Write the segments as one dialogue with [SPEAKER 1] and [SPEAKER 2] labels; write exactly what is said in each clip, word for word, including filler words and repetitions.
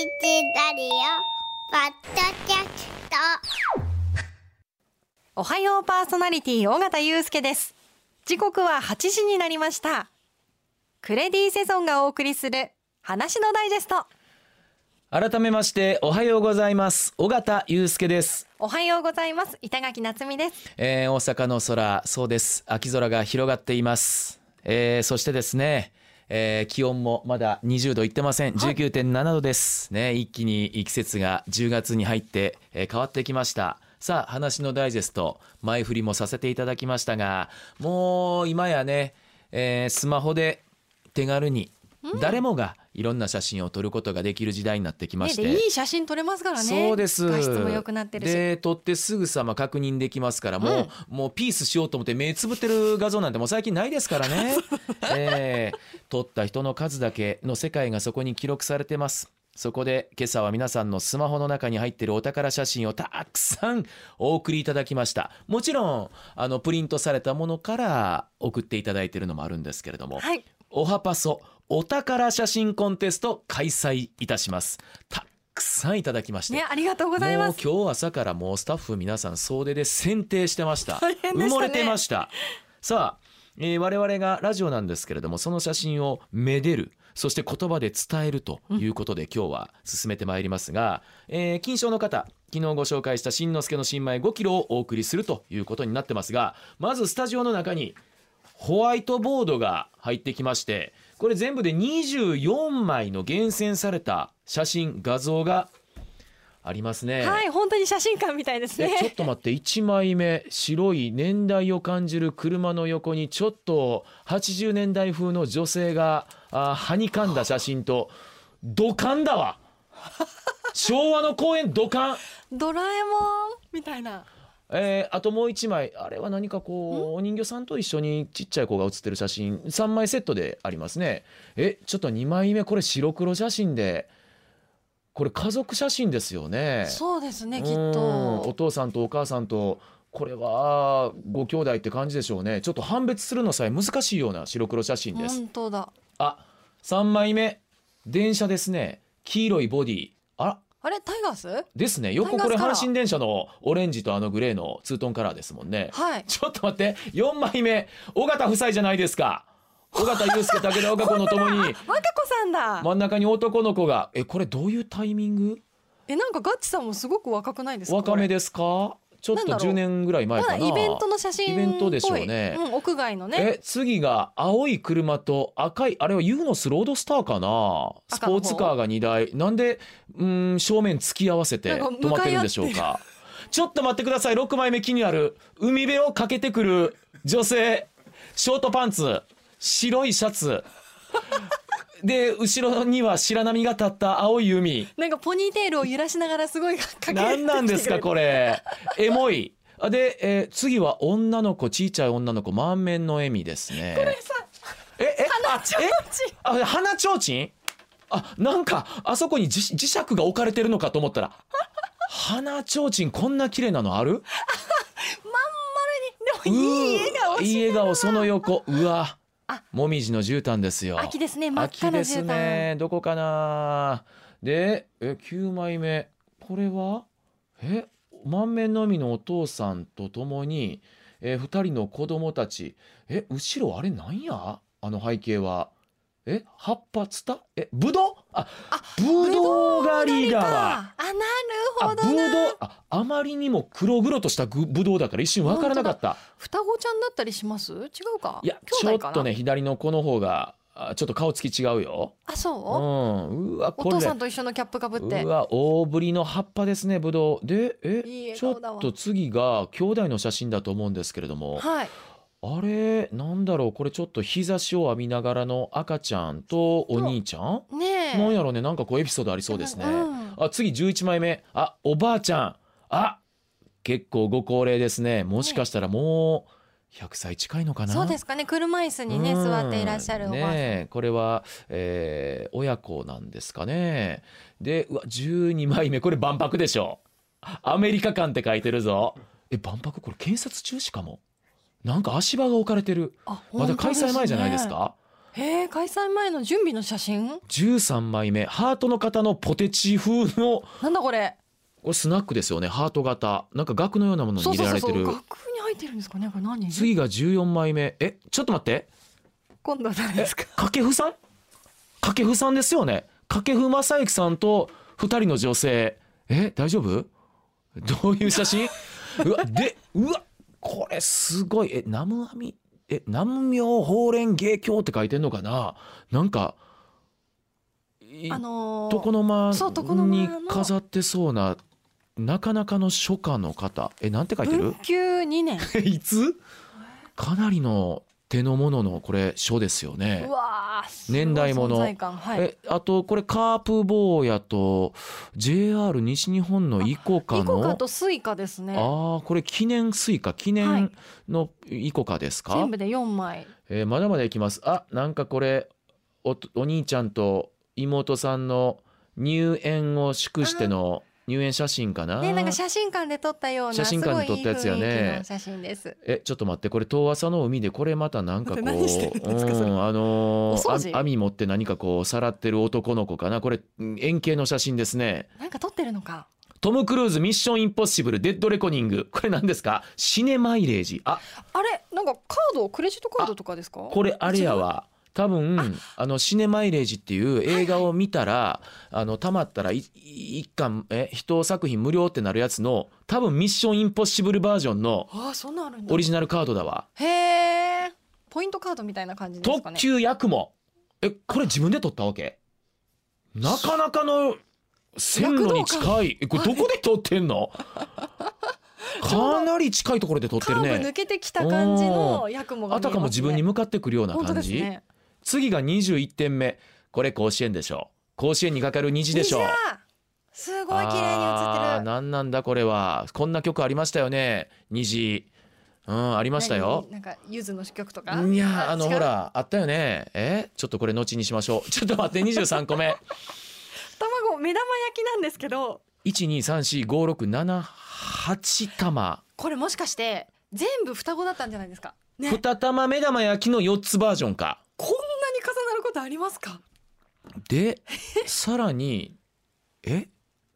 [SPEAKER 1] チラリオポッドキャスト。
[SPEAKER 2] おはようパーソナリティ尾形祐介です。時刻ははちじになりました。クレディセゾンがお送りする話のダイジェスト。
[SPEAKER 3] 改めましておはようございます。尾形祐介です。
[SPEAKER 2] おはようございます。板垣夏美です。
[SPEAKER 3] えー、大阪の空、そうです、秋空が広がっています。えー、そしてですね、えー、気温もまだにじゅうどいってません。 じゅうきゅうてんななどです、ね、一気に季節がじゅうがつに入って、えー、変わってきました。さあ、話のダイジェスト前振りもさせていただきましたが、もう今やね、えー、スマホで手軽に誰もがいろんな写真を撮ることができる時代になってきまして、
[SPEAKER 2] ね、でいい写真撮れますからね。
[SPEAKER 3] そうです。
[SPEAKER 2] 画質も良くなってるし、
[SPEAKER 3] で撮ってすぐさま確認できますから、もう、うん、もうピースしようと思って目つぶってる画像なんてもう最近ないですからね、えー、撮った人の数だけの世界がそこに記録されてます。そこで今朝は皆さんのスマホの中に入っているお宝写真をたくさんお送りいただきました。もちろんあのプリントされたものから送っていただいているのもあるんですけれども、はい、おはパソお宝写真コンテスト開催いたします。たくさんいただきまして、
[SPEAKER 2] ね、ありがとうございます。
[SPEAKER 3] もう今日朝からもうスタッフ皆さん総出で選定してました。
[SPEAKER 2] 大変でしたね。
[SPEAKER 3] 埋もれてました。さあ、えー、我々がラジオなんですけれども、その写真をめでる、そして言葉で伝えるということで、うん、今日は進めてまいりますが、えー、金賞の方、昨日ご紹介したしんのすけの新米ごキロをお送りするということになってますが、まずスタジオの中にホワイトボードが入ってきまして、これ全部でにじゅうよんまいの厳選された写真画像がありますね。
[SPEAKER 2] はい、本当に写真館みたいですね。
[SPEAKER 3] ちょっと待って、いちまいめ、白い年代を感じる車の横にちょっとはちじゅうねんだい風の女性があはにかんだ写真と、土管だわ昭和の公園土管、
[SPEAKER 2] ドラえもんみたいな。
[SPEAKER 3] えー、あともういちまい、あれは何かこうお人形さんと一緒にちっちゃい子が写ってる写真さんまいセットでありますね。えちょっとにまいめ、これ白黒写真で、これ家族写真ですよね。
[SPEAKER 2] そうですね、きっと
[SPEAKER 3] お父さんとお母さんと、これはご兄弟って感じでしょうね。ちょっと判別するのさえ難しいような白黒写真です。
[SPEAKER 2] 本当だ。
[SPEAKER 3] あ、さんまいめ、電車ですね。黄色いボディ、あ
[SPEAKER 2] あれタイガース
[SPEAKER 3] ですね。横これ阪神電車のオレンジとあのグレーのツートンカラーですもんね。
[SPEAKER 2] はい。
[SPEAKER 3] ちょっと待って、よんまいめ、尾形夫妻じゃないですか。尾形祐介、武田和歌子のともに
[SPEAKER 2] 和歌子さんだ。
[SPEAKER 3] 真ん中に男の子が、えこれどういうタイミング？
[SPEAKER 2] えなんかガッチさんもすごく若くないですか？
[SPEAKER 3] 若めですか？ちょっとじゅうねんぐらい前かな。
[SPEAKER 2] まだイベントの写真っぽい。
[SPEAKER 3] イベントでしょうね、
[SPEAKER 2] うん、屋外のね。
[SPEAKER 3] え次が青い車と赤い、あれはユーノスロードスターかな。スポーツカーがにだい、なんでうん正面突き合わせて止まってるんでしょうか。ちょっと待ってください。ろくまいめ気になる。海辺を駆けてくる女性、ショートパンツ、白いシャツで後ろには白波が立った青い海。
[SPEAKER 2] なんかポニーテールを揺らしながらすごいかけて
[SPEAKER 3] 何なんですかこれ。エモい。で、えー、次は女の子、ちいちゃい女の子、満面の笑みですね。
[SPEAKER 2] これさ、
[SPEAKER 3] ええ
[SPEAKER 2] 花ちょうちん。
[SPEAKER 3] あ、花ちょうちん。あ、なんかあそこに磁磁石が置かれてるのかと思ったら花ちょうちん、こんな綺麗なのある
[SPEAKER 2] まん丸に。でもいい笑顔してるな。
[SPEAKER 3] いい笑顔、その横、うわ、もみじの絨毯ですよ。
[SPEAKER 2] 秋ですね、真っ赤な絨毯。秋ですね。
[SPEAKER 3] どこかな。でえきゅうまいめ、これはえ満面のみのお父さんとともに、えー、ふたりの子供たち。え後ろあれなんや、あの背景は。え葉っぱツタ、えぶどう、あぶどう狩りだわ。
[SPEAKER 2] あ、なるほどな。
[SPEAKER 3] あぶどう、ああまりにも黒々としたぶどうだから一瞬分からなかった。
[SPEAKER 2] 双子ちゃんだったりします？違うか。
[SPEAKER 3] いやちょっとね、左の子の方がちょっと顔つき違うよ。
[SPEAKER 2] あ、そう、
[SPEAKER 3] うん、うわ、これ
[SPEAKER 2] お父さんと一緒のキャップかぶって。
[SPEAKER 3] うわ、大ぶりの葉っぱですね、ぶどうで。え
[SPEAKER 2] いい
[SPEAKER 3] ちょっと次が兄弟の写真だと思うんですけれども、
[SPEAKER 2] はい、
[SPEAKER 3] あれなんだろう、これちょっと日差しを浴びながらの赤ちゃんとお兄ちゃん、
[SPEAKER 2] ねえ、
[SPEAKER 3] なんやろうね、なんかこうエピソードありそうですね、
[SPEAKER 2] うん、
[SPEAKER 3] あ次じゅういちまいめ、あおばあちゃん、あ結構ご高齢ですね。もしかしたらもうひゃくさい近いのかな。
[SPEAKER 2] そうですかね、車椅子にね座っていらっしゃるおばあさん、
[SPEAKER 3] ね、これは、えー、親子なんですかね。でうわじゅうにまいめ、これ万博でしょ。アメリカ館って書いてるぞ。え万博これ建設中止かも。なんか足場が置かれてる。まだ開催前じゃないですか。
[SPEAKER 2] へえ、開催前の準備の写真。
[SPEAKER 3] じゅうさんまいめ、ハートの型のポテチ風の、
[SPEAKER 2] なんだこれ。
[SPEAKER 3] これスナックですよね。ハート型、なんか額のようなものに
[SPEAKER 2] そうそうそうそう、
[SPEAKER 3] 入れられてる。
[SPEAKER 2] 額に入ってるんですかね。これ何？
[SPEAKER 3] 次がじゅうよんまいめ。え、ちょっと待って、
[SPEAKER 2] 今度は誰ですか？
[SPEAKER 3] 掛布さん掛布さんですよね。掛布正幸さんとふたりの女性。え、大丈夫？どういう写真？うわ、で、うわ、これすごい。え、南無阿弥、え、南無妙法蓮華経って書いてんのかな。なんかい
[SPEAKER 2] あのー、
[SPEAKER 3] 床の間
[SPEAKER 2] そう床の間
[SPEAKER 3] に
[SPEAKER 2] の
[SPEAKER 3] 飾ってそうななかなかの書家の方。え、なんて書いてる？
[SPEAKER 2] 文久にねん。
[SPEAKER 3] いつ？かなりの手のもののこれ書ですよね。
[SPEAKER 2] うわー、すごい
[SPEAKER 3] 年代物。
[SPEAKER 2] 存在感、はい、
[SPEAKER 3] え、あとこれカープ坊やと ジェイアール 西日本のイコカ
[SPEAKER 2] イコカ
[SPEAKER 3] の、
[SPEAKER 2] とスイカですね。
[SPEAKER 3] ああ、これ記念スイカ、記念のイコカですか？
[SPEAKER 2] 全部でよんまい。
[SPEAKER 3] えーまだまだいきます。あ、なんかこれ お, お兄ちゃんと妹さんの入園を祝しての入園写真かな。
[SPEAKER 2] ね、なんか写真館で撮ったような
[SPEAKER 3] 写真館で撮ったやつやね。
[SPEAKER 2] すごいいい雰囲気の写真です。
[SPEAKER 3] え、ちょっと待って、これ遠浅の海でこれまたなんかこう、
[SPEAKER 2] 何してるんですかそれ
[SPEAKER 3] うん、あのー
[SPEAKER 2] お掃除
[SPEAKER 3] あ網持って何かこうさらってる男の子かな。これうん円形の写真ですね。
[SPEAKER 2] なんか撮ってるのか。
[SPEAKER 3] トム・クルーズミッションインポッシブルデッドレコニング、これ何ですか？シネマイレージ。あ、
[SPEAKER 2] あれ、なんかカード、クレジットカードとかですか？
[SPEAKER 3] これあれやわ、多分あのシネマイレージっていう映画を見たら、あのたまったらい一巻え一作品無料ってなるやつの、多分ミッションインポッシブルバージョンの
[SPEAKER 2] ああ、そんなあるんだ。
[SPEAKER 3] オリジナルカードだわ。
[SPEAKER 2] へえ、ポイントカードみたいな感じですかね。
[SPEAKER 3] 特急やくも。え、これ自分で撮ったわけ？なかなかの線路に近い。え、これどこで撮ってんの？かなり近いところで撮ってる
[SPEAKER 2] カーブ抜
[SPEAKER 3] ね。
[SPEAKER 2] けてきた感じのヤクモが見えますね。
[SPEAKER 3] あたかも自分に向かってくるような
[SPEAKER 2] 本当
[SPEAKER 3] 感じ。
[SPEAKER 2] ですね。
[SPEAKER 3] 次がにじゅういってんめ。これ甲子園でしょ。甲子園にかかる虹でしょ。
[SPEAKER 2] 虹だ。すごい綺麗に映って
[SPEAKER 3] あー、
[SPEAKER 2] る。
[SPEAKER 3] なんなんだこれは。こんな曲ありましたよね。虹。うん、ありましたよ。
[SPEAKER 2] 何なんかゆずの曲とか。
[SPEAKER 3] いや、あの
[SPEAKER 2] 違う
[SPEAKER 3] ほらあったよね。え、ちょっとこれ後にしましょう。ちょっと待って、にじゅうさんこめ。
[SPEAKER 2] 卵目玉焼きなんですけど、
[SPEAKER 3] いちにさんしごろくななはち玉。
[SPEAKER 2] これもしかして全部双子だったんじゃないですかね。
[SPEAKER 3] に玉目玉焼きのよっつバージョンか。
[SPEAKER 2] こんなに重なることありますか？
[SPEAKER 3] でさらにえ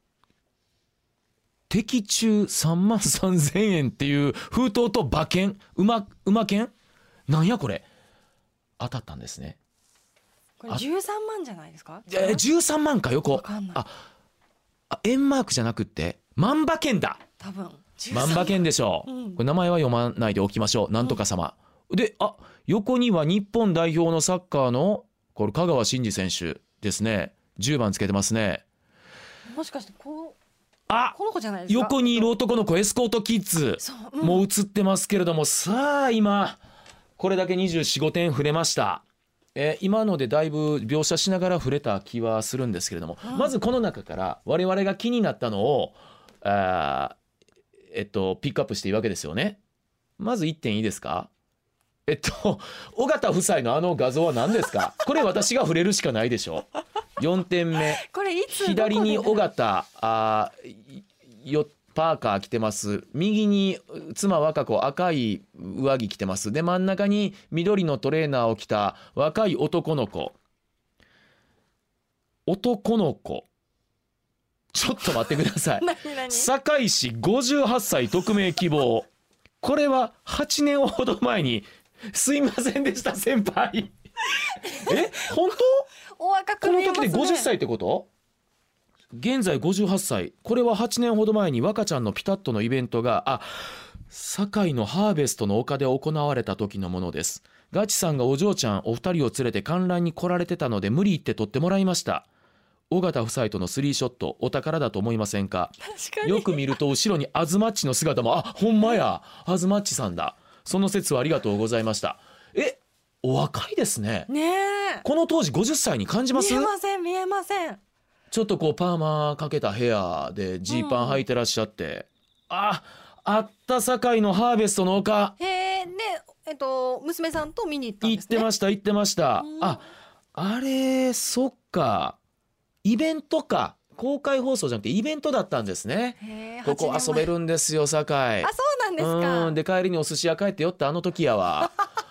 [SPEAKER 3] 的中さんまんさんぜんえんっていう封筒と馬券、馬馬券、なんやこれ、当たったんですね。
[SPEAKER 2] これじゅうさんまんじゃないですか？
[SPEAKER 3] えー、じゅうさんまんか横。
[SPEAKER 2] わかんない。
[SPEAKER 3] ああ、円マークじゃなくって万馬券だ。
[SPEAKER 2] 多分
[SPEAKER 3] 万馬券でしょう、
[SPEAKER 2] うん
[SPEAKER 3] これ名前は読まないでおきましょう。なんとか様、で、あ、横には日本代表のサッカーのこれ香川真司選手ですね。じゅうばんつけてますね。
[SPEAKER 2] もしかしてこう
[SPEAKER 3] あ、
[SPEAKER 2] この子じゃないですか？
[SPEAKER 3] 横にいる男の子エスコートキッズ
[SPEAKER 2] そう、うん、
[SPEAKER 3] もう映ってますけれども、さあ今これだけにじゅうよん、ごてん触れました。えー今のでだいぶ描写しながら触れた気はするんですけれども、
[SPEAKER 2] うん
[SPEAKER 3] まずこの中から我々が気になったのをあーえっとピックアップしていいわけですよね。まずいってんいいですか？えっと尾形夫妻のあの画像は何ですか？これ私が触れるしかないでしょ。よんてんめ、
[SPEAKER 2] これいつ
[SPEAKER 3] 左に尾
[SPEAKER 2] どこで
[SPEAKER 3] 形、あーよパーカー着てます。右に妻和歌子赤い上着着てます。で真ん中に緑のトレーナーを着た若い男の子。男の子、ちょっと待ってください。
[SPEAKER 2] 何何
[SPEAKER 3] 堺市ごじゅうはっさい匿名希望。これははちねんほど前にすいませんでした先輩。え、本当？
[SPEAKER 2] お若く
[SPEAKER 3] この
[SPEAKER 2] 見えますね。
[SPEAKER 3] 時でごじゅっさいってこと？現在ごじゅうはっさい。これははちねんほど前に若ちゃんのピタッとのイベントが、あ、堺のハーベストの丘で行われた時のものです。ガチさんがお嬢ちゃんお二人を連れて観覧に来られてたので無理言って撮ってもらいました。尾形夫妻とのスリーショットお宝だと思いませんか？
[SPEAKER 2] 確かに
[SPEAKER 3] よく見ると後ろにアズマッチの姿も、あ、ほんまや、アズマッチさんだ。その説はありがとうございました。え、お若いですね。
[SPEAKER 2] ねえ、
[SPEAKER 3] この当時ごじゅっさいに感じます
[SPEAKER 2] 見えません見えません。
[SPEAKER 3] ちょっとこうパーマかけたヘアでジーパン履いてらっしゃって、あ、あった堺のハーベストの丘
[SPEAKER 2] へえ、で、えっと娘さんと見に行ったん
[SPEAKER 3] 行っ
[SPEAKER 2] ですね。
[SPEAKER 3] てました行ってました、
[SPEAKER 2] うん
[SPEAKER 3] あ、あれそっか、イベントか、公開放送じゃなくてイベントだったんですね。
[SPEAKER 2] へえ、
[SPEAKER 3] ここ遊べ
[SPEAKER 2] る。
[SPEAKER 3] るんですよ堺。
[SPEAKER 2] あ、そうなんですか。
[SPEAKER 3] うん、で帰りにお寿司屋帰ってよってあの時やわ。あ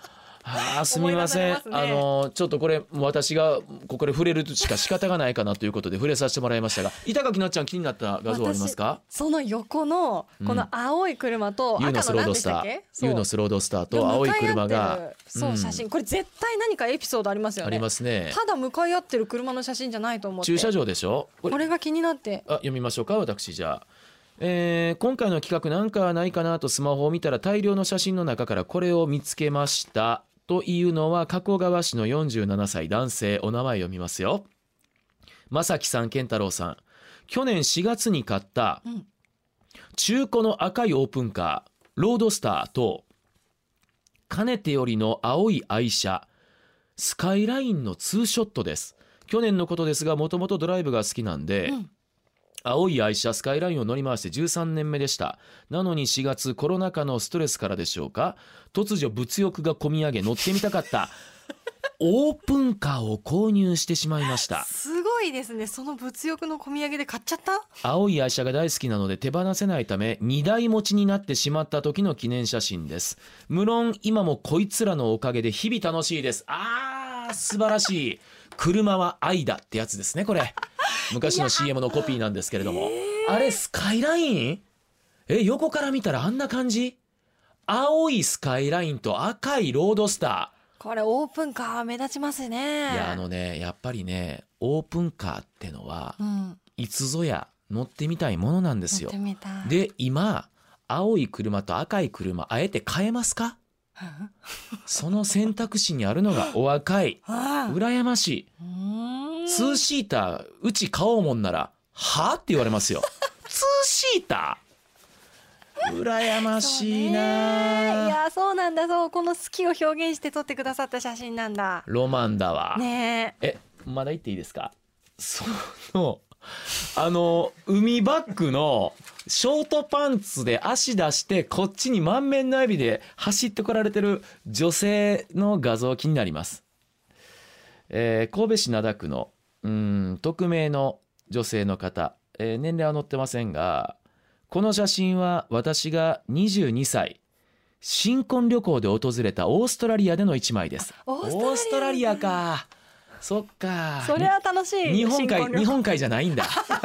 [SPEAKER 3] はあ、すみません、
[SPEAKER 2] 思い出されますね
[SPEAKER 3] あのちょっとこれ私がここで触れるしか仕方がないかなということで触れさせてもらいましたが、板垣なっちゃん気になった画像ありますか？
[SPEAKER 2] その横のこの青い車と
[SPEAKER 3] ユーの
[SPEAKER 2] 赤の何
[SPEAKER 3] スロードスター
[SPEAKER 2] でしたっけ？そう
[SPEAKER 3] ユーのスロードスターと青い車
[SPEAKER 2] 向かい合
[SPEAKER 3] が
[SPEAKER 2] ってるそう写真、これ絶対何かエピソードありますよね。
[SPEAKER 3] ありますね。
[SPEAKER 2] ただ向かい合ってる車の写真じゃないと思って、
[SPEAKER 3] 駐車場でしょこれ。
[SPEAKER 2] これが気になって。
[SPEAKER 3] あ、読みましょうか私。じゃあ、えー今回の企画なんかないかなとスマホを見たら大量の写真の中からこれを見つけましたというのは加古川市のよんじゅうななさい男性、お名前読みますよ。正樹さん、健太郎さん、去年しがつに買った
[SPEAKER 2] うん
[SPEAKER 3] 中古の赤いオープンカーロードスターとかねてよりの青い愛車スカイラインのツーショットです。去年のことですが、もともとドライブが好きなんで、
[SPEAKER 2] うん
[SPEAKER 3] 青い愛車スカイラインを乗り回してじゅうさんねんめでした。なのにしがつコロナ禍のストレスからでしょうか、突如物欲がこみ上げ乗ってみたかったオープンカーを購入してしまいました。
[SPEAKER 2] すごいですね。その物欲の込み上げで買っちゃった。
[SPEAKER 3] 青い愛車が大好きなので手放せないためにだい持ちになってしまった時の記念写真です。無論今もこいつらのおかげで日々楽しいです。あー素晴らしい。車は愛だってやつですねこれ。昔の シーエム のコピーなんですけれども、あれスカイライン、え横から見たらあんな感じ。青いスカイラインと赤いロードスタ
[SPEAKER 2] これオープンカー目立ちますね。
[SPEAKER 3] ー。いやあのねやっぱりねオープンカーってのは
[SPEAKER 2] うん
[SPEAKER 3] いつぞや乗ってみたいものなんですよ。
[SPEAKER 2] 乗ってみたい。
[SPEAKER 3] で今青い車と赤い車あえて変えますか？その選択肢にあるのがお若い。
[SPEAKER 2] ああ
[SPEAKER 3] 羨ましい。
[SPEAKER 2] うーん
[SPEAKER 3] ツーシーターうち買おうもんならはって言われますよ。ツーシーター羨ましいな、
[SPEAKER 2] そうねいやそうなんだ。そうこの好きを表現して撮ってくださった写真なんだ
[SPEAKER 3] ロマンだわ、
[SPEAKER 2] ねえ。
[SPEAKER 3] えまだ言っていいですか？そのあの海バッグのショートパンツで足出してこっちに満面の笑みで走ってこられてる女性の画像気になります。えー神戸市灘区のうーん匿名の女性の方、えー年齢は載ってませんが、この写真は私がにじゅうにさい新婚旅行で訪れたオーストラリアでの一枚です。
[SPEAKER 2] オーストラリア
[SPEAKER 3] オーストラリアか。そっか。
[SPEAKER 2] それは楽しい。
[SPEAKER 3] 日本海
[SPEAKER 2] 新婚旅行
[SPEAKER 3] 日本海じゃないんだ。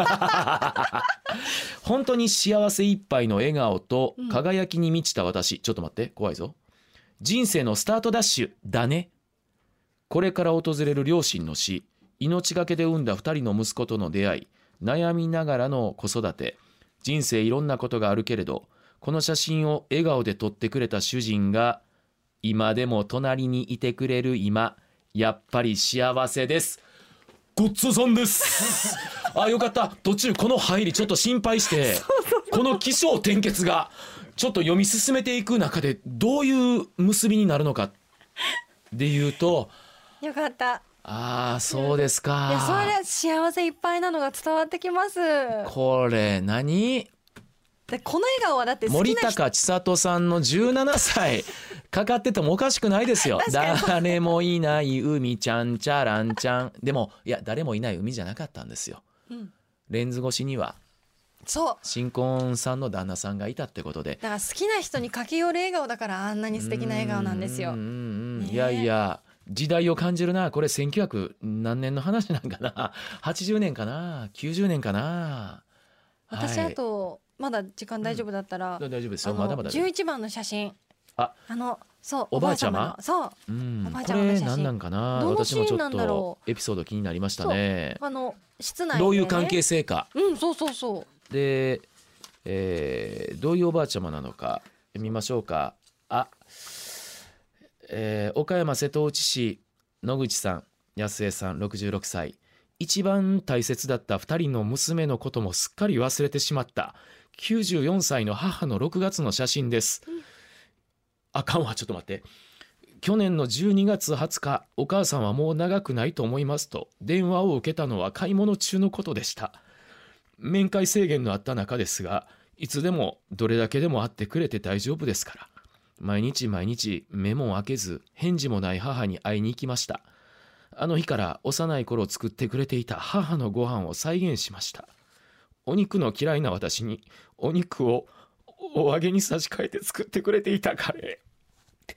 [SPEAKER 3] 本当に幸せいっぱいの笑顔と輝きに満ちた私、ちょっと待って怖いぞ。人生のスタートダッシュだね。これから訪れる両親の死、命がけで産んだふたりの息子との出会い、悩みながらの子育て、人生いろんなことがあるけれど、この写真を笑顔で撮ってくれた主人が今でも隣にいてくれる今、やっぱり幸せです。ごっつさんですあ、よかった。途中この入りちょっと心配してこの起承転結がちょっと読み進めていく中でどういう結びになるのかでいうと、
[SPEAKER 2] よかった。
[SPEAKER 3] ああそうですか。
[SPEAKER 2] いやそれは幸せいっぱいなのが伝わってきます。
[SPEAKER 3] これ何
[SPEAKER 2] でこの笑顔はだって好き
[SPEAKER 3] 森
[SPEAKER 2] な人
[SPEAKER 3] 高千里さんのじゅうななさいかかっててもおかしくないですよ。
[SPEAKER 2] 確かに
[SPEAKER 3] 誰もいない海ちゃんちゃらんちゃん。でもいや誰もいない海じゃなかったんですよ。
[SPEAKER 2] うん
[SPEAKER 3] レンズ越しには
[SPEAKER 2] そう
[SPEAKER 3] 新婚さんの旦那さんがいたってことで、
[SPEAKER 2] だから好きな人に駆け寄る笑顔だからあんなに素敵な笑顔なんですよ。
[SPEAKER 3] うんうんうん
[SPEAKER 2] ねえ
[SPEAKER 3] いやいや時代を感じるな。これせんきゅうひゃく何年の話なんかな。はちじゅうねんかなきゅうじゅうねんかな。
[SPEAKER 2] 私
[SPEAKER 3] はい
[SPEAKER 2] あとまだ時間大丈夫だったら、
[SPEAKER 3] 大丈夫です
[SPEAKER 2] あの
[SPEAKER 3] よまだまだ
[SPEAKER 2] じゅういちばんの写真、
[SPEAKER 3] あ
[SPEAKER 2] あのそう
[SPEAKER 3] おばあちゃま
[SPEAKER 2] おばあ様のそう
[SPEAKER 3] うん
[SPEAKER 2] おばあち
[SPEAKER 3] こ
[SPEAKER 2] ゃまの写真
[SPEAKER 3] れ何なんかな。
[SPEAKER 2] どの
[SPEAKER 3] 私もちょっ
[SPEAKER 2] シーンなんだろ
[SPEAKER 3] とエピソード気になりましたね。
[SPEAKER 2] あの室内で、ね、
[SPEAKER 3] どういう関係性か
[SPEAKER 2] うんそうそうそう
[SPEAKER 3] で、えーどういうおばあちゃまなのか見ましょうか。あ、えー岡山瀬戸内市野口さん安江さんろくじゅうろくさい。一番大切だったふたりの娘のこともすっかり忘れてしまったきゅうじゅうよんさいの母のろくがつの写真です、うん、あかんわちょっと待って。去年のじゅうにがつはつかお母さんはもう長くないと思いますと電話を受けたのは買い物中のことでした。面会制限のあった中ですがいつでもどれだけでも会ってくれて大丈夫ですから。毎日毎日目も開けず返事もない母に会いに行きました。あの日から幼い頃作ってくれていた母のご飯を再現しました。お肉の嫌いな私にお肉をお揚げに差し替えて作ってくれていたカレー。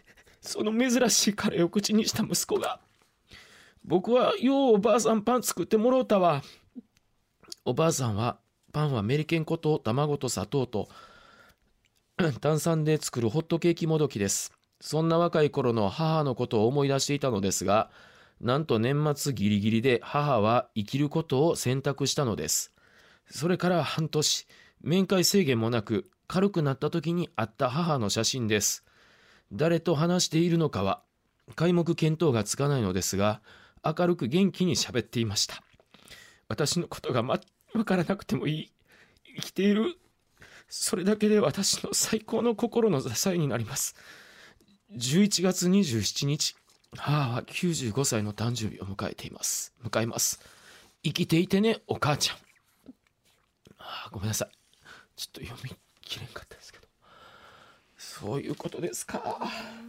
[SPEAKER 3] その珍しいカレーを口にした息子が、僕はようおばあさんパン作ってもろうたわ。おばあさんはパンはメリケン粉と卵と砂糖と炭酸で作るホットケーキもどきです。そんな若い頃の母のことを思い出していたのですが、なんと年末ギリギリで母は生きることを選択したのです。それから半年、面会制限もなく軽くなった時に会った母の写真です。誰と話しているのかは皆目見当がつかないのですが、明るく元気に喋っていました。私のことがま分からなくてもいい、生きている、それだけで私の最高の心の支えになります。じゅういちがつにじゅうしちにち、母はきゅうじゅうごさいの誕生日を迎えています迎えます生きていてね、お母ちゃん。あーごめんなさい、ちょっと読みきれんかったですけど、そういうことですか。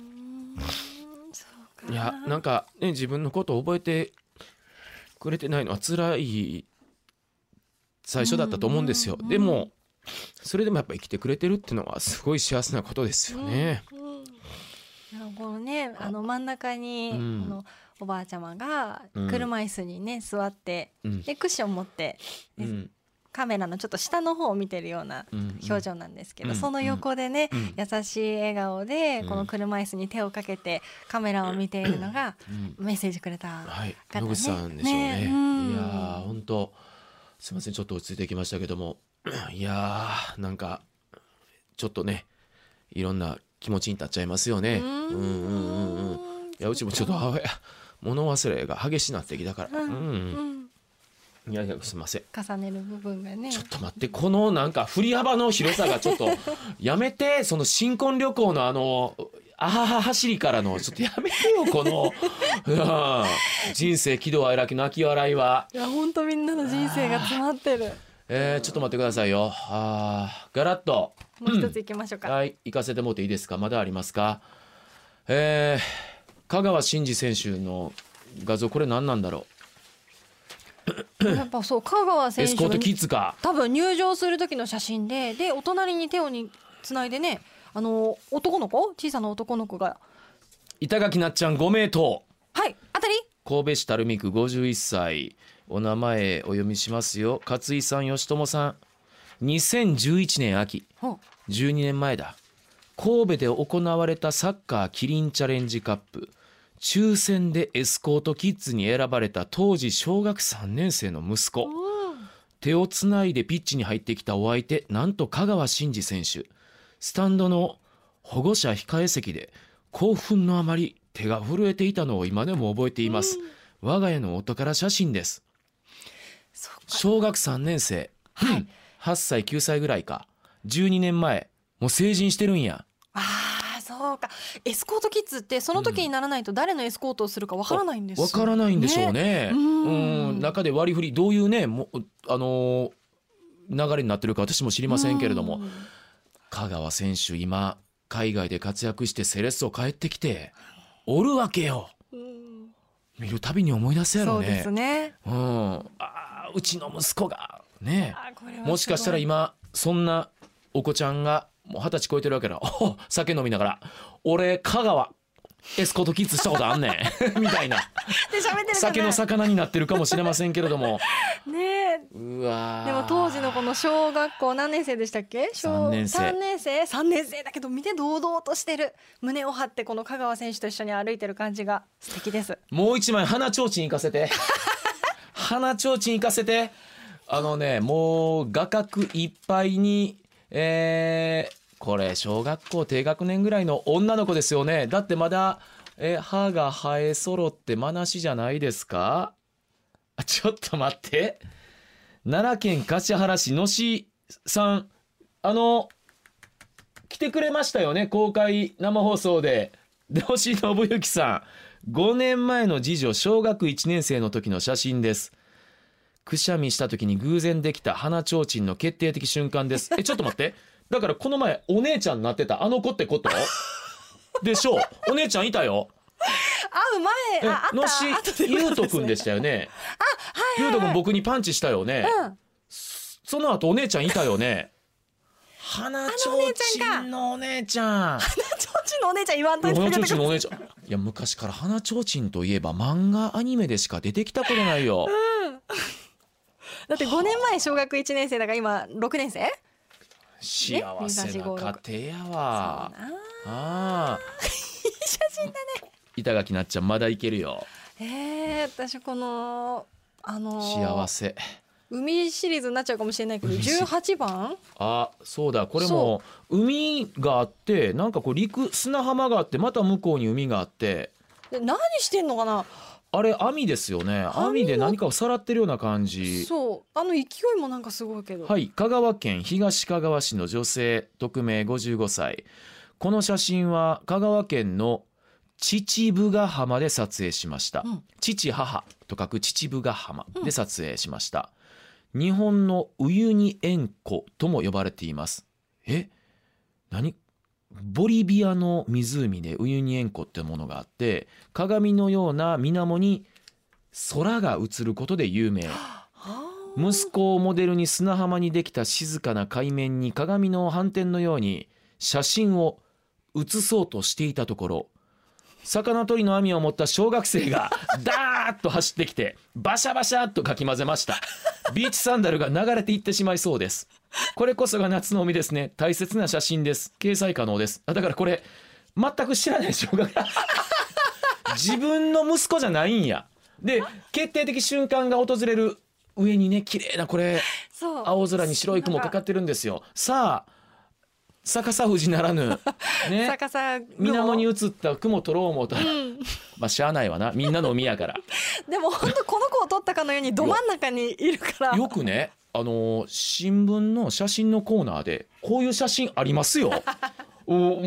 [SPEAKER 2] そうか。
[SPEAKER 3] いや、なんかね、自分のことを覚えてくれてないのは辛い最初だったと思うんですよ。でもそれでもやっぱ生きてくれてるっていうのはすごい幸せなことですよね。
[SPEAKER 2] うんうん、このね、あの真ん中に、
[SPEAKER 3] うん、
[SPEAKER 2] あのおばあちゃまが車椅子にね、座って、うん、でクッション持って、うん、カメラのちょっと下の方を見てるような表情なんですけど、うん、その横でね、うん、優しい笑顔でこの車椅子に手をかけてカメラを見ているのが、うん、メッセージくれた方ね、
[SPEAKER 3] はい、野口さんでしょうね。ね、うん、いやー本当すいません、ちょっと落ち着いてきましたけども、いやーなんかちょっとね、いろんな気持ちに立っちゃいますよね。うんうんうんうん。いや、うちもちょっと母親物忘れが激しくなってきたから、うんうんうん、いやいやすいません、
[SPEAKER 2] 重ねる部分がね。
[SPEAKER 3] ちょっと待って、このなんか振り幅の広さがちょっとやめて、その新婚旅行のあのあはは走りからのちょっとやめてよ、この人生喜怒哀楽泣き笑いは。
[SPEAKER 2] いや本当みんなの人生が詰まってる。
[SPEAKER 3] えー、ちょっと待ってくださいよ。あガラッと
[SPEAKER 2] もう一ついきましょうか、
[SPEAKER 3] うん、はい、行かせてもらっていいですか。まだありますか。えー、香川真司選手の画像、これ何なんだろ
[SPEAKER 2] う。やっぱそう、香川選手
[SPEAKER 3] エスコートキッズか、
[SPEAKER 2] 多分入場する時の写真で、でお隣に手をにつないでね、あの男の子、小さな男の子が、
[SPEAKER 3] 板垣なっちゃんごめいとう、
[SPEAKER 2] はい、あたり
[SPEAKER 3] 神戸市垂水区ごじゅういっさい、お名前お読みしますよ。勝井さん、吉友さん。にせんじゅういちねん秋、じゅうにねんまえだ。神戸で行われたサッカーキリンチャレンジカップ、抽選でエスコートキッズに選ばれた当時小学さんねんせいの息子。手をつないでピッチに入ってきたお相手、なんと香川真司選手。スタンドの保護者控え席で興奮のあまり手が震えていたのを今でも覚えています。我が家のお宝写真です。小学さんねんせい、はい、はっさいきゅうさいぐらいか。じゅうにねんまえ、もう成人してるんや。
[SPEAKER 2] あーそうか。エスコートキッズってその時にならないと誰のエスコートをするかわからないんですよ、
[SPEAKER 3] わからないんでしょうね。うん、中で割り振りどういうね、もあのー、流れになってるか私も知りませんけれども、香川選手今海外で活躍してセレッソ帰ってきておるわけよ。見るたびに思い出すやろうね。
[SPEAKER 2] そうですね、
[SPEAKER 3] うん、あうちの息子がね、もしかしたら今そんなお子ちゃんがもう二十歳超えてるわけだ。お酒飲みながら俺香川エスコートキッズしたことあんねんみたいな
[SPEAKER 2] で喋ってるかな、
[SPEAKER 3] 酒の魚になってるかもしれませんけれども
[SPEAKER 2] ねえ、
[SPEAKER 3] うわ
[SPEAKER 2] でも当時のこの小学校何年生でしたっけ。
[SPEAKER 3] さんねんせい
[SPEAKER 2] さんねんせいさんねんせいだけど見て堂々としてる、胸を張ってこの香川選手と一緒に歩いてる感じが素敵です。
[SPEAKER 3] もう一枚花ちょうちん行かせて花ちょうちん行かせて、あのね、もう画角いっぱいに、えー、これ小学校低学年ぐらいの女の子ですよね。だってまだえ歯が生え揃ってまなしじゃないですか。あちょっと待って、奈良県橿原市野志さん、あの来てくれましたよね、公開生放送で。野志信之さん、ごねんまえの次女小学いちねんせいの時の写真です。くしゃみした時に偶然できた花ちょうちんの決定的瞬間です。えちょっと待って、だからこの前お姉ちゃんになってたあの子ってことでしょう。お姉ちゃんいたよ。
[SPEAKER 2] 会う前、あ、あった
[SPEAKER 3] のしゆうとくんでしたよね。あ、はいはいはい、ゆうとくん僕にパンチしたよね、うん、その後お姉ちゃんいたよね。花ちょうちんのお姉ちゃん。花ちょうちん
[SPEAKER 2] んのお姉ちゃん言わんといてあげてください。
[SPEAKER 3] 花ちょうちんのお姉ちゃん、いや昔から花ちょうちんといえば漫画アニメでしか出てきたことないよ、
[SPEAKER 2] うん、だってごねんまえ小学いちねん生だから今ろくねん生。
[SPEAKER 3] 幸せな家庭やわ。ああ
[SPEAKER 2] いい写真だね。
[SPEAKER 3] 板垣なっちゃんまだいけるよ。
[SPEAKER 2] えー、私このあのー、
[SPEAKER 3] 幸せ
[SPEAKER 2] 海シリーズになっちゃうかもしれないけどじゅうはちばん。
[SPEAKER 3] あ、そうだ、これも海があってなんかこう陸砂浜があってまた向こうに海があって、
[SPEAKER 2] で何してんのかな。
[SPEAKER 3] あれ網ですよね。網で何かをさらってるような感じ。
[SPEAKER 2] そう、あの勢いもなんかすごいけど。
[SPEAKER 3] はい、香川県東香川市の女性、匿名ごじゅうごさい。この写真は香川県の父母ヶ浜で撮影しました、うん、父母と書く父母ヶ浜で撮影しました、うん、日本のウユニ塩湖とも呼ばれています。え、何？ボリビアの湖でウユニ塩湖ってものがあって、鏡のような水面に空が映ることで有名。息子をモデルに砂浜にできた静かな海面に鏡の反転のように写真を写そうとしていたところ、魚取りの網を持った小学生がダーッと走ってきてバシャバシャッとかき混ぜました。ビーチサンダルが流れていってしまいそうです。これこそが夏の海ですね。大切な写真です。掲載可能です。あ、だからこれ全く知らない小学生自分の息子じゃないんや。で、決定的瞬間が訪れる。上にね、綺麗なこれ青空に白い雲かかってるんですよ。さあ逆さ富士ならぬ、ね、
[SPEAKER 2] 逆さ
[SPEAKER 3] 水面に映った雲撮ろう思うたら、うん、まあしゃあないわな、みんなの海やから
[SPEAKER 2] でも本当この子を撮ったかのようにど真ん中にいるから
[SPEAKER 3] よくね、あの新聞の写真のコーナーでこういう写真ありますよお、うん、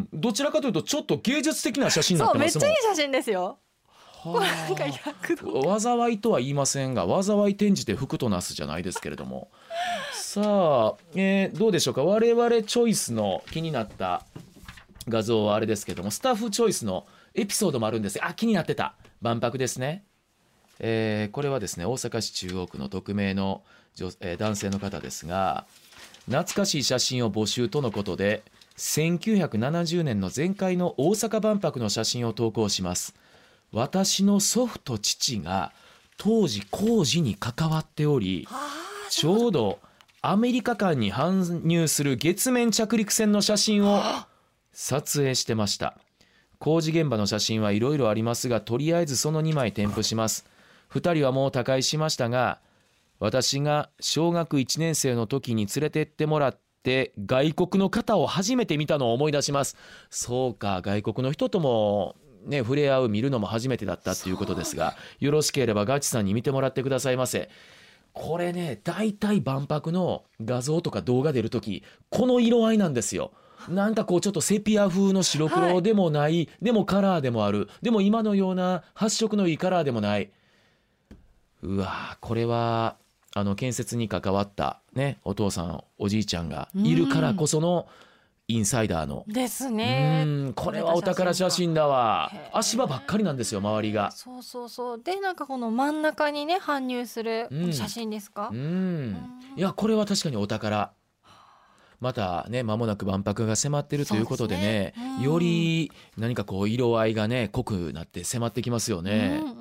[SPEAKER 3] どちらかというとちょっと芸術的な写真になってますもん。
[SPEAKER 2] そう、めっちゃいい写真ですよ。これなんか躍動、
[SPEAKER 3] 災いとは言いませんが災い転じて福となすじゃないですけれどもさあ、えー、どうでしょうか。我々チョイスの気になった画像はあれですけども、スタッフチョイスのエピソードもあるんです。あ、気になってた万博ですね、えー、これはですね大阪市中央区の匿名の女、えー、男性の方ですが、懐かしい写真を募集とのことでせんきゅうひゃくななじゅうねんの前回の大阪万博の写真を投稿します。私の祖父と父が当時工事に関わっており、ちょうどアメリカ間に搬入する月面着陸船の写真を撮影してました。工事現場の写真はいろいろありますが、とりあえずそのにまい添付します。ふたりはもう他界しましたが、私が小学いちねん生の時に連れてってもらって外国の方を初めて見たのを思い出します。そうか、外国の人ともね、触れ合う見るのも初めてだったということですが、よろしければガチさんに見てもらってくださいませ。これね、大体万博の画像とか動画出るときこの色合いなんですよ。なんかこうちょっとセピア風の白黒でもない、はい、でもカラーでもある、でも今のような発色のいいカラーでもない。うわ、これはあの建設に関わったね、お父さんおじいちゃんがいるからこそのインサイダーの
[SPEAKER 2] ですね。
[SPEAKER 3] うん、これはお宝写真だわ。足場ばっかりなんですよ、周りが。
[SPEAKER 2] そうそうそう。で、なんかこの真ん中にね搬入する写真ですか。
[SPEAKER 3] うん、うん、いやこれは確かにお宝。またね、間もなく万博が迫っているということでね、でね、うん、より何かこう色合いがね濃くなって迫ってきますよね。うん、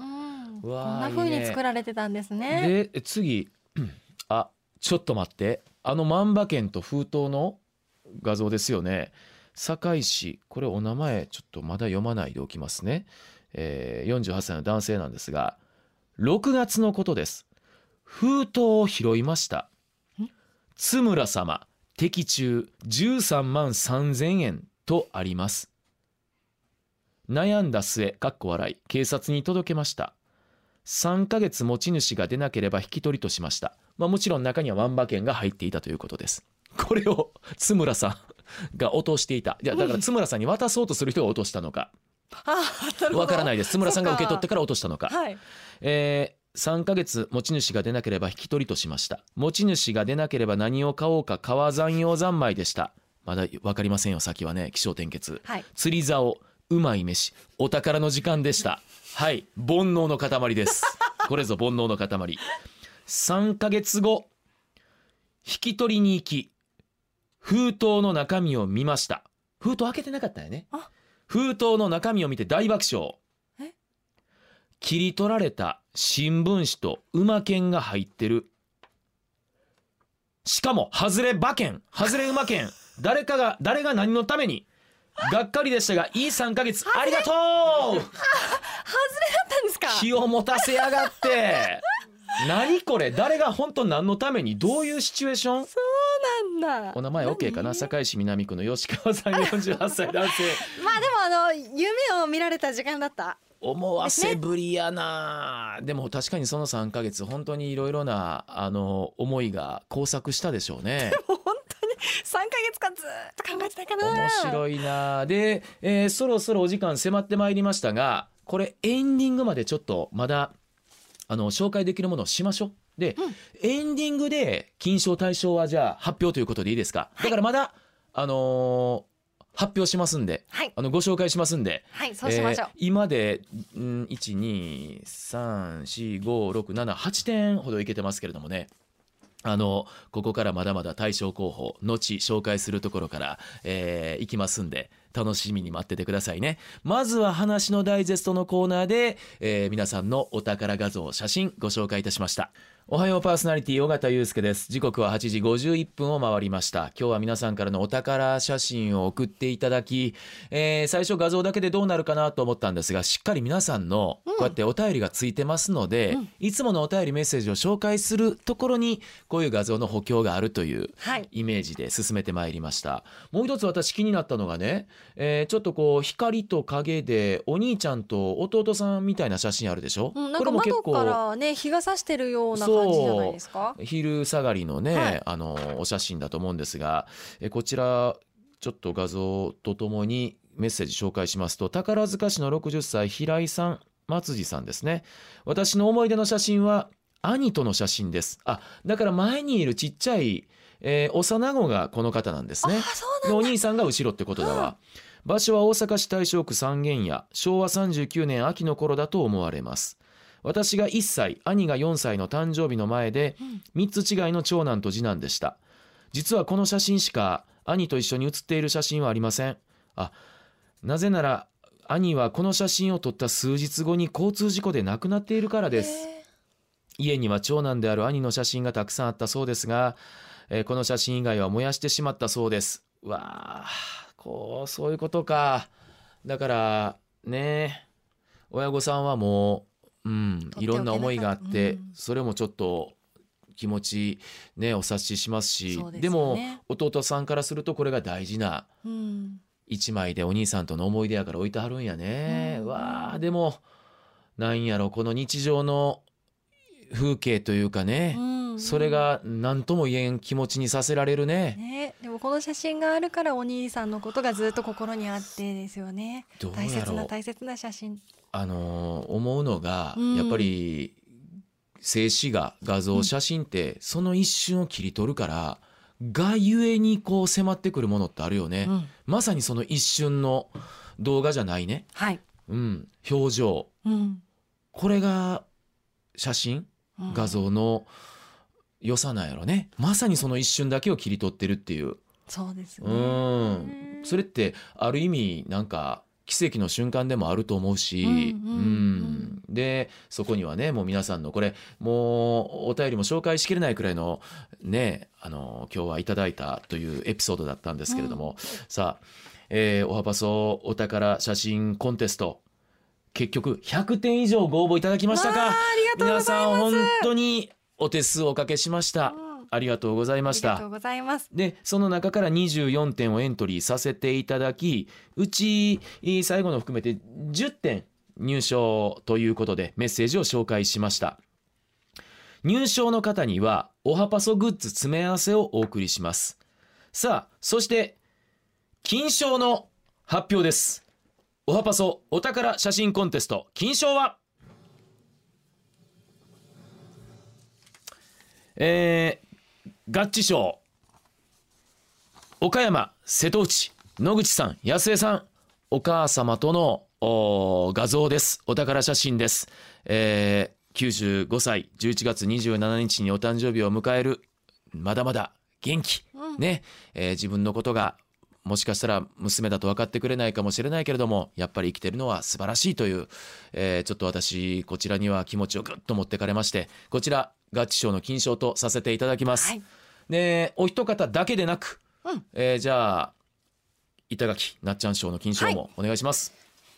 [SPEAKER 2] うん、うわ、こんな風に作られてたんですね。
[SPEAKER 3] で次あ、ちょっと待って、あの万馬券と封筒の画像ですよね。堺市、これお名前ちょっとまだ読まないでおきますね、えー、よんじゅうはっさいの男性なんですが、ろくがつのことです。封筒を拾いました。津村様的中じゅうさんまんさんぜんえんとあります。悩んだ末かっこ笑い警察に届けました。さんかげつ持ち主が出なければ引き取りとしました。まあ、もちろん中には万馬券が入っていたということです。これを津村さんが落としていた。いやだから津村さんに渡そうとする人が落としたのかわからないです。津村さんが受け取ってから落としたのか、はい、えー、さんかげつ持ち主が出なければ引き取りとしました。持ち主が出なければ何を買おうか川山用三昧でした。まだ分かりませんよ、先はね、起承転結、はい、釣り竿うまい飯お宝の時間でした。はい、煩悩の塊ですこれぞ煩悩の塊。さんかげつご引き取りに行き封筒の中身を見ました。 封筒開けてなかったよね。封筒の中身を見て大爆笑。
[SPEAKER 2] え
[SPEAKER 3] 切り取られた新聞紙と馬券が入ってる。しかも外れ馬券、外れ馬券、誰かが誰が何のために。がっかりでしたがいいさんかげつありがとう。
[SPEAKER 2] 外れだったんですか。
[SPEAKER 3] 気を持たせやがって何これ、誰が本当何のために、どういうシチュエーション。
[SPEAKER 2] そうなんだ。
[SPEAKER 3] お名前 OK かな。堺市南区の吉川さんよんじゅうはっさい男性。
[SPEAKER 2] まあでもあの夢を見られた時間だった。
[SPEAKER 3] 思わせぶりやな。でも確かにそのさんかげつ本当にいろいろなあの思いが交錯したでしょうね。
[SPEAKER 2] もう本当にさんかげつかんずっと考えてたかな。
[SPEAKER 3] 面白いな。で、えー、そろそろお時間迫ってまいりましたが、これエンディングまでちょっとまだあの紹介できるものをしましょう。で、うん、エンディングで金賞大賞はじゃあ発表ということでいいですか。だからまだあのー発表しますんで、はい、あのご紹介しますんで、
[SPEAKER 2] はい、そうしましょう。
[SPEAKER 3] えー、今で、うん、いち、に、さん、し、ご、ろく、なな、はちてんほどいけてますけれどもね、あのここからまだまだ大賞候補後紹介するところから、えー、いきますんで楽しみに待っててくださいね。まずは話のダイジェストのコーナーで、えー、皆さんのお宝画像写真ご紹介いたしました。おはようパーソナリティ尾形祐介です。時刻ははちじごじゅういっぷんを回りました。今日は皆さんからのお宝写真を送っていただき、えー、最初画像だけでどうなるかなと思ったんですが、しっかり皆さんのこうやってお便りがついてますので、うん、いつものお便りメッセージを紹介するところにこういう画像の補強があるというイメージで進めてまいりました、はい、もう一つ私気になったのがね、えー、ちょっとこう光と影でお兄ちゃんと弟さんみたいな写真あるでしょ、
[SPEAKER 2] うん、なんか窓からね日が差してるような感じじゃないですか。
[SPEAKER 3] 昼下がりのね、はい、あのお写真だと思うんですが、えこちらちょっと画像とともにメッセージ紹介しますと、宝塚市のろくじゅっさい平井さん、松次さんですね。私の思い出の写真は兄との写真です。あ、だから前にいるちっちゃい、えー、幼子がこの方なんですね。でお兄さんが後ろってことだわ、うん、場所は大阪市大正区三軒家、昭和さんじゅうきゅうねん秋の頃だと思われます。私がいっさい、兄がよんさいの誕生日の前でみっつ違いの長男と次男でした。実はこの写真しか兄と一緒に写っている写真はありません。あ、なぜなら兄はこの写真を撮った数日後に交通事故で亡くなっているからです。家には長男である兄の写真がたくさんあったそうですが、えー、この写真以外は燃やしてしまったそうです。うわー、こうそういうことか。だからね、親御さんはもううん、いろんな思いがあって、うん、それもちょっと気持ちねお察ししますし、 で, す、ね、でも弟さんからするとこれが大事な一枚でお兄さんとの思い出やから置いてはるんやね、うん、わあ、でもなんやろ、この日常の風景というかね、うんうん、それが何とも言えん気持ちにさせられる ね,
[SPEAKER 2] ね。でもこの写真があるからお兄さんのことがずっと心にあってですよね。
[SPEAKER 3] どうやろう、
[SPEAKER 2] 大切な大切な写真。
[SPEAKER 3] あのー、思うのが、うん、やっぱり静止画、画像、写真ってその一瞬を切り取るからがゆえにこう迫ってくるものってあるよね、うん、まさにその一瞬の動画じゃないね、
[SPEAKER 2] はい、
[SPEAKER 3] うん、表情、うん、これが写真、うん、画像の良さなんやろね。まさにその一瞬だけを切り取ってるっていう。
[SPEAKER 2] そうですね。
[SPEAKER 3] うん、それってある意味なんか奇跡の瞬間でもあると思うし、うんうんうん、でそこにはねもう皆さんのこれもうお便りも紹介しきれないくらいのね、あの今日はいただいたというエピソードだったんですけれども、うん、さあ、えー、おはパソお宝写真コンテスト結局ひゃくてん以上ご応募いただきましたか。
[SPEAKER 2] ありがとうございます。
[SPEAKER 3] 皆さん本当にお手数おかけしました、うん、ありがとうございました。
[SPEAKER 2] ありがとうございます。
[SPEAKER 3] でその中からにじゅうよんてんをエントリーさせていただき、うち最後の含めてじゅってん入賞ということでメッセージを紹介しました。入賞の方にはおはパソグッズ詰め合わせをお送りします。さあそして金賞の発表です。おはパソお宝写真コンテスト金賞はえー、合致賞岡山瀬戸内野口さん安江さん、お母様との画像です。お宝写真です、えー、きゅうじゅうごさいじゅういちがつにじゅうしちにちにお誕生日を迎えるまだまだ元気、うん、ね、えー、自分のことがもしかしたら娘だと分かってくれないかもしれないけれども、やっぱり生きてるのは素晴らしいという、えー、ちょっと私こちらには気持ちをぐっと持ってかれまして、こちらガッチ賞の金賞とさせていただきます、はい、でお一方だけでなく、うんえー、じゃあ板垣なっちゃん賞の金賞もお願いします、
[SPEAKER 2] はい、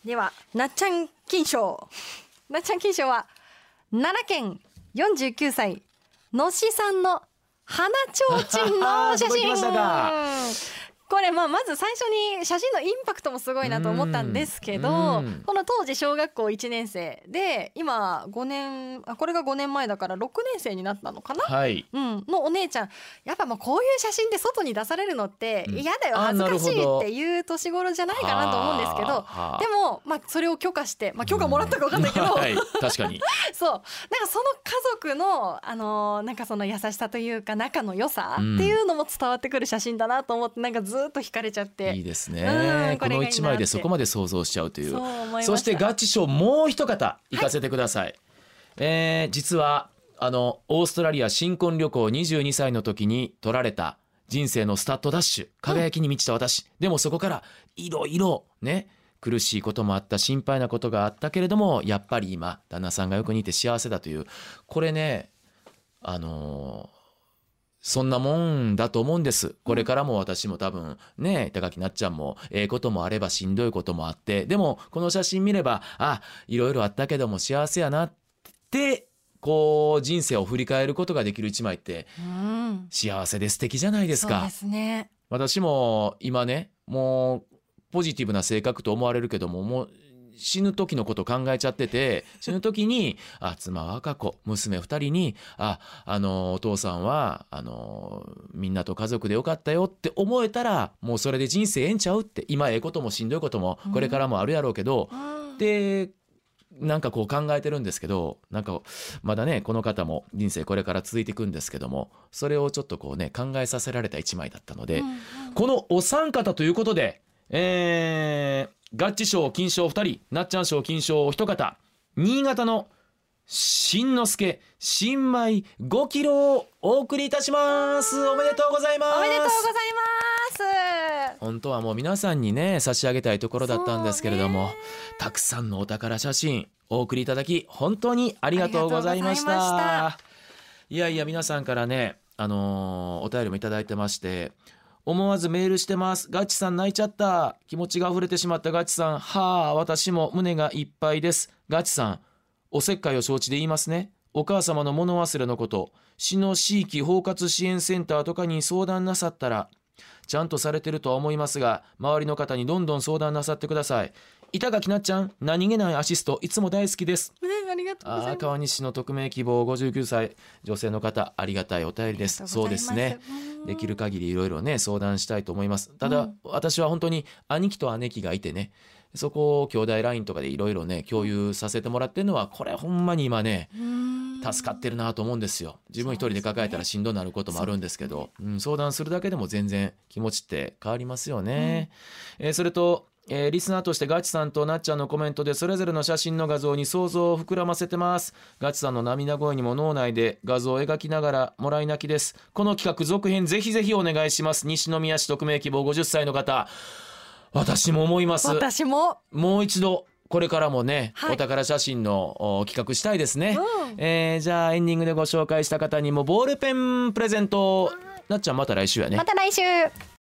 [SPEAKER 2] ではなっちゃん金賞なっちゃん金賞は奈良県よんじゅうきゅうさいのしさんの花ちょうちんの写真これまあまず最初に写真のインパクトもすごいなと思ったんですけど、この当時小学校いちねんせいで今ごねんあこれがごねんまえだからろくねんせいになったのかな、はいうん、のお姉ちゃんやっぱもうこういう写真で外に出されるのって嫌だよ、うん、恥ずかしいっていう年頃じゃないかなと思うんですけど、でもまあそれを許可して、まあ、許可もらったか分かんないけど、うんはい、
[SPEAKER 3] 確かに
[SPEAKER 2] そうなんかその家族の、あのー、なんかその優しさというか仲の良さっていうのも伝わってくる写真だなと思って、なんかずずっと惹かれちゃって、
[SPEAKER 3] いいですね、このいちまいでそこまで想像しちゃうという。 そ, そしてガッチ賞もう一方行かせてください、はいえー、実はあのオーストラリア新婚旅行にじゅうにさいの時に撮られた人生のスタッドダッシュ輝きに満ちた私、うん、でもそこからいろいろね苦しいこともあった心配なことがあったけれどもやっぱり今旦那さんが横にいて幸せだという、これねあのーそんなもんだと思うんです。これからも私も多分ね高木なっちゃんもええこともあればしんどいこともあって、でもこの写真見ればあいろいろあったけども幸せやなってこう人生を振り返ることができる一枚って幸せで素敵じゃないですか。
[SPEAKER 2] そうですね。
[SPEAKER 3] 私も今ねもうポジティブな性格と思われるけどももう死ぬ時のこと考えちゃってて、死ぬ時にあ妻は赤子娘ふたりにああのお父さんはあのみんなと家族でよかったよって思えたらもうそれで人生ええんちゃうって、今ええこともしんどいこともこれからもあるやろうけど、うん、でなんかこう考えてるんですけど、なんかまだねこの方も人生これから続いていくんですけども、それをちょっとこうね考えさせられた一枚だったので、うんうん、このお三方ということでえーガッチ賞金賞ふたりなっちゃん賞金賞お一方、新潟のしんのすけ新米ごキロをお送りいたします。おめでとうございます。
[SPEAKER 2] おめでとうございます。
[SPEAKER 3] 本当はもう皆さんにね差し上げたいところだったんですけれども、たくさんのお宝写真お送りいただき本当にありがとうございました。いしたいやいや皆さんからね、あのー、お便りもいただいてまして、思わずメールしてます。ガッチさん泣いちゃった。気持ちが溢れてしまったガッチさん。はあ、私も胸がいっぱいです。ガッチさん、おせっかいを承知で言いますね。お母様の物忘れのこと、市の地域包括支援センターとかに相談なさったら、ちゃんとされてるとは思いますが、周りの方にどんどん相談なさってください。板垣なっちゃん、何気ないアシストいつも大好きです。
[SPEAKER 2] ね、ありがとうございます。
[SPEAKER 3] あ川西市の匿名希望ごじゅうきゅうさい女性の方、ありがたいお便りです。そうですね。できる限りいろいろね相談したいと思います。ただ、うん、私は本当に兄貴と姉貴がいてね、そこを兄弟ラインとかでいろいろね共有させてもらってるのはこれほんまに今ね助かってるなと思うんですよ。自分一人で抱えたらしんどくなることもあるんですけど、うん、相談するだけでも全然気持ちって変わりますよね、うんえー、それとえー、リスナーとしてガチさんとなっちゃんのコメントでそれぞれの写真の画像に想像を膨らませてます。ガチさんの涙声にも脳内で画像を描きながらもらい泣きです。この企画続編ぜひぜひお願いします。西宮市匿名希望ごじゅっさいの方、私も思います。
[SPEAKER 2] 私も
[SPEAKER 3] もう一度これからもね、はい、お宝写真の企画したいですね、うんえー、じゃあエンディングでご紹介した方にもボールペンプレゼント。なっちゃんまた来週やね。
[SPEAKER 2] また来週。